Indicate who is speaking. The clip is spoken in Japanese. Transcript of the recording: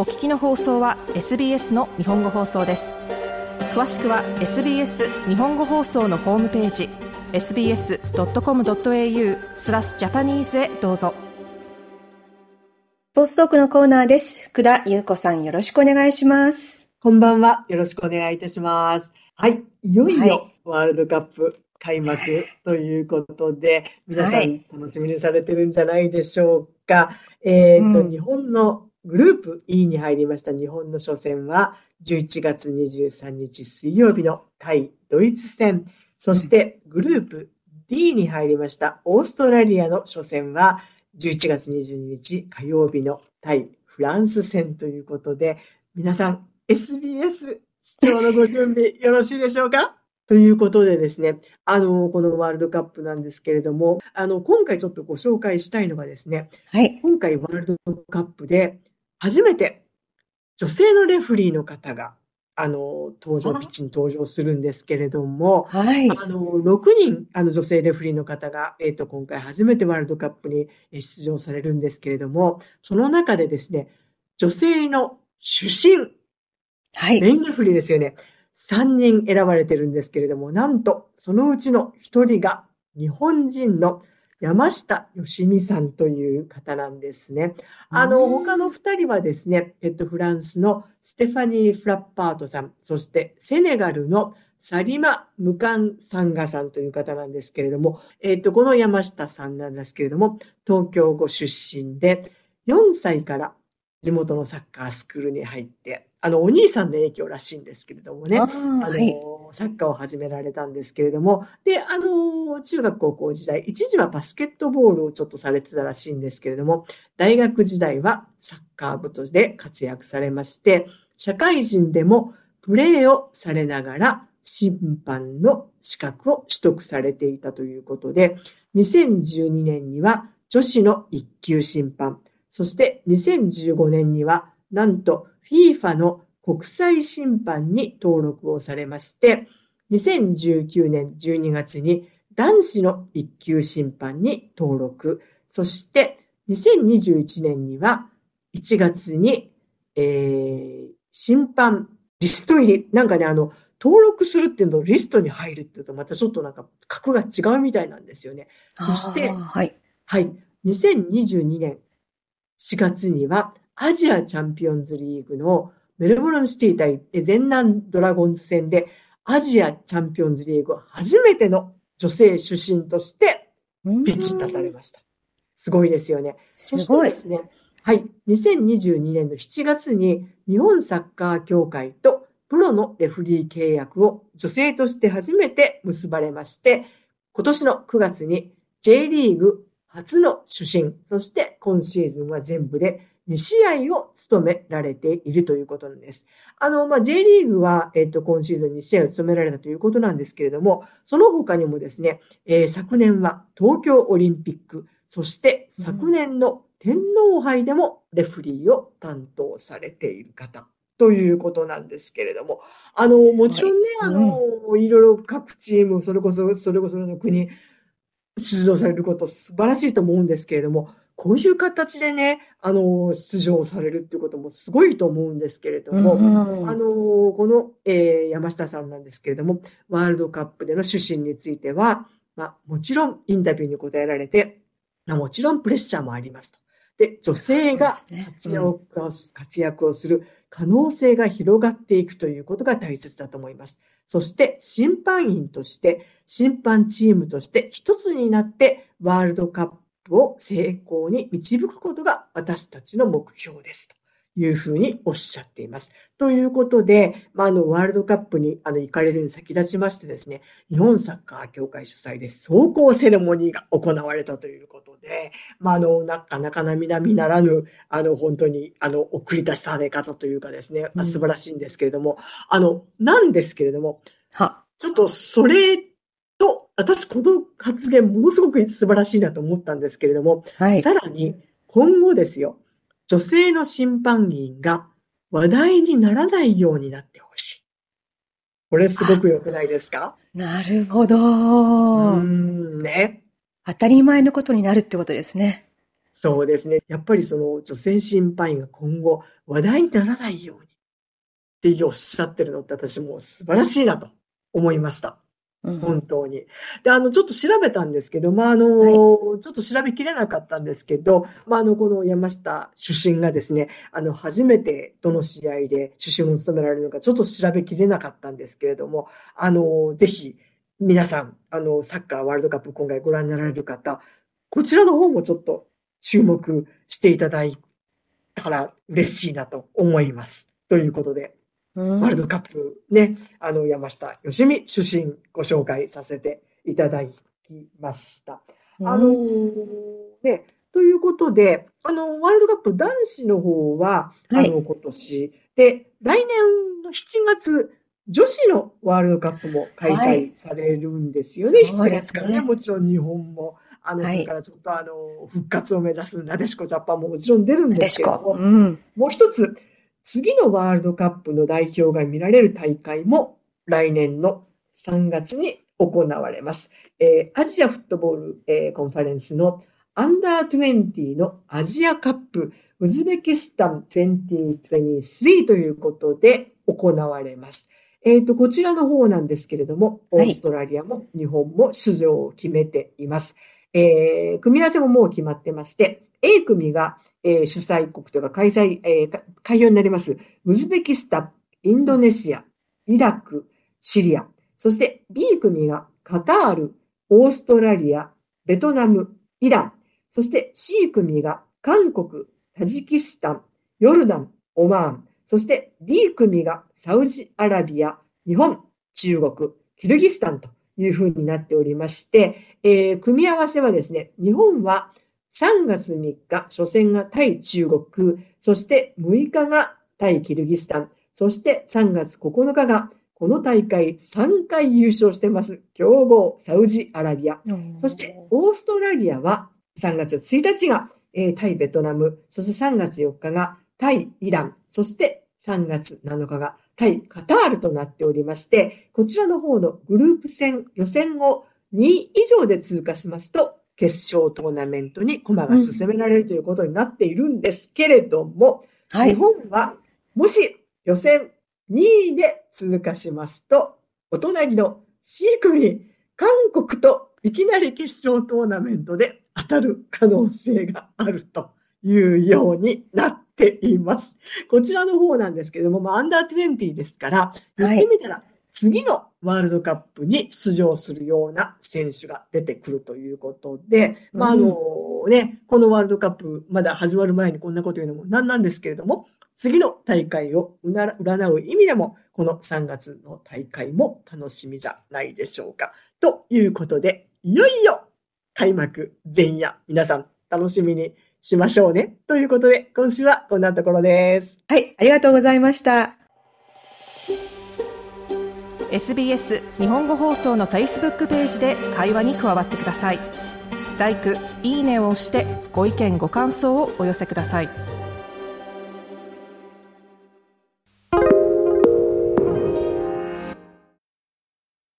Speaker 1: お聞きの放送は SBS の日本語放送です。詳しくは SBS 日本語放送のホームページ sbs.com.au/japanese へどうぞ。
Speaker 2: スポーツトークのコーナーです。福田優子さん、よろしくお願いします。
Speaker 3: こんばんは。よろしくお願いいたします。はい。いよいよワールドカップ開幕ということで、皆さん楽しみにされてるんじゃないでしょうか。日本のグループ E に入りました日本の初戦は11月23日水曜日の対ドイツ戦、そしてグループ D に入りましたオーストラリアの初戦は11月22日火曜日の対フランス戦ということで、皆さん SBS 視聴のご準備よろしいでしょうかということでですね、このワールドカップなんですけれども、今回ちょっとご紹介したいのがですね、今回ワールドカップで初めて女性のレフェリーの方がピッチに登場するんですけれども、6人女性レフェリーの方が、今回初めてワールドカップに出場されるんですけれども、その中でですね、女性の主審、メインレフェリーですよね、3人選ばれてるんですけれども、なんとそのうちの1人が日本人の山下良美さんという方なんですね。他の2人はですね、フランスのステファニー・フラッパートさん、そしてセネガルのサリマ・ムカンサンガさんという方なんですけれども、この山下さんなんですけれども、東京ご出身で、4歳から地元のサッカースクールに入って、お兄さんの影響らしいんですけれどもね、サッカーを始められたんですけれども、で、中学高校時代、一時はバスケットボールをちょっとされてたらしいんですけれども、大学時代はサッカー部として活躍されまして、社会人でもプレーをされながら審判の資格を取得されていたということで、2012年には女子の一級審判、そして2015年にはなんと FIFA の国際審判に登録をされまして、2019年12月に男子の一級審判に登録、そして2021年には1月に、審判リスト入り、なんかね、登録するっていうのとリストに入るっていうとまたちょっとなんか格が違うみたいなんですよね。そして、2022年4月にはアジアチャンピオンズリーグのメルボルンシティ対全南ドラゴンズ戦でアジアチャンピオンズリーグ初めての女性主審としてピッチに立たれました。すごいですよね。そしてですね、2022年の7月に日本サッカー協会とプロのレフリー契約を女性として初めて結ばれまして、今年の9月に J リーグ初の主審、そして今シーズンは全部で2試合を務められているということなんです。J リーグは、今シーズン2試合を務められたということなんですけれども、その他にもですね、昨年は東京オリンピック、そして昨年の天皇杯でもレフリーを担当されている方ということなんですけれども、もちろんね、いろいろ各チーム、それこその国、出場されること素晴らしいと思うんですけれども、こういう形でね、出場されるっていうこともすごいと思うんですけれども、この、山下さんなんですけれども、ワールドカップでの主審については、もちろんインタビューに答えられて、もちろんプレッシャーもありますと。で、女性が活躍をする可能性が広がっていくということが大切だと思います。そして審判員として、審判チームとして一つになってワールドカップを成功に導くことが私たちの目標ですというふうにおっしゃっています。ということで、ワールドカップに行かれるに先立ちましてですね、日本サッカー協会主催で壮行セレモニーが行われたということで、なかなか並々ならぬ、本当に、送り出され方というかですね、素晴らしいんですけれども、なんですけれども、ちょっとそれと、私この発言ものすごく素晴らしいなと思ったんですけれども、さらに今後ですよ、女性の審判員が話題にならないようになってほしい。これすごく良くないですか？
Speaker 2: なるほど。
Speaker 3: ね。
Speaker 2: 当たり前のことになるってことですね。
Speaker 3: そうですね。やっぱりその女性審判員が今後話題にならないようにっておっしゃってるのって私も素晴らしいなと思いました。本当に。で、ちょっと調べたんですけど、ちょっと調べきれなかったんですけど、この山下主審がですね、初めてどの試合で主審を務められるのか、ちょっと調べきれなかったんですけれども、ぜひ、皆さん、サッカーワールドカップ今回ご覧になられる方、こちらの方もちょっと注目していただいたら嬉しいなと思います。ということで、ワールドカップね、山下良美主審ご紹介させていただきました。ね、ということで、ワールドカップ男子の方は、今年で、来年の7月、女子のワールドカップも開催されるんですよね。7月からね、もちろん日本も、それからちょっと復活を目指すなでしこジャパンももちろん出るんですけども、もう一つ、次のワールドカップの代表が見られる大会も来年の3月に行われます。アジアフットボール、コンファレンスのアンダー20のアジアカップウズベキスタン2023ということで行われます。こちらの方なんですけれども、オーストラリアも日本も出場を決めています。組み合わせももう決まってまして、A 組が主催国というか会場になります。ウズベキスタン、インドネシア、イラク、シリア。そして B 組がカタール、オーストラリア、ベトナム、イラン。そして C 組が韓国、タジキスタン、ヨルダン、オマーン。そして D 組がサウジアラビア、日本、中国、キルギスタンというふうになっておりまして、組み合わせはですね、日本は3月3日、初戦が対中国、そして6日が対キルギスタン、そして3月9日がこの大会3回優勝してます、強豪サウジアラビア。そしてオーストラリアは3月1日が対ベトナム、そして3月4日が対イラン、そして3月7日が対カタールとなっておりまして、こちらの方のグループ戦、予選を2位以上で通過しますと、決勝トーナメントに駒が進められるということになっているんですけれども、日本はもし予選2位で通過しますと、お隣の C 組、韓国といきなり決勝トーナメントで当たる可能性があるというようになっています。こちらの方なんですけれども、アンダー20ですから、言ってみたら、次のワールドカップに出場するような選手が出てくるということで、このワールドカップまだ始まる前にこんなこと言うのもなんなんですけれども、次の大会を占う意味でも、この3月の大会も楽しみじゃないでしょうか。ということで、いよいよ開幕前夜、皆さん楽しみにしましょうね。ということで、今週はこんなところです。
Speaker 2: はい、ありがとうございました。
Speaker 1: SBS 日本語放送の Facebook ページで会話に加わってください。LIKE、いいねを押してご意見ご感想をお寄せください。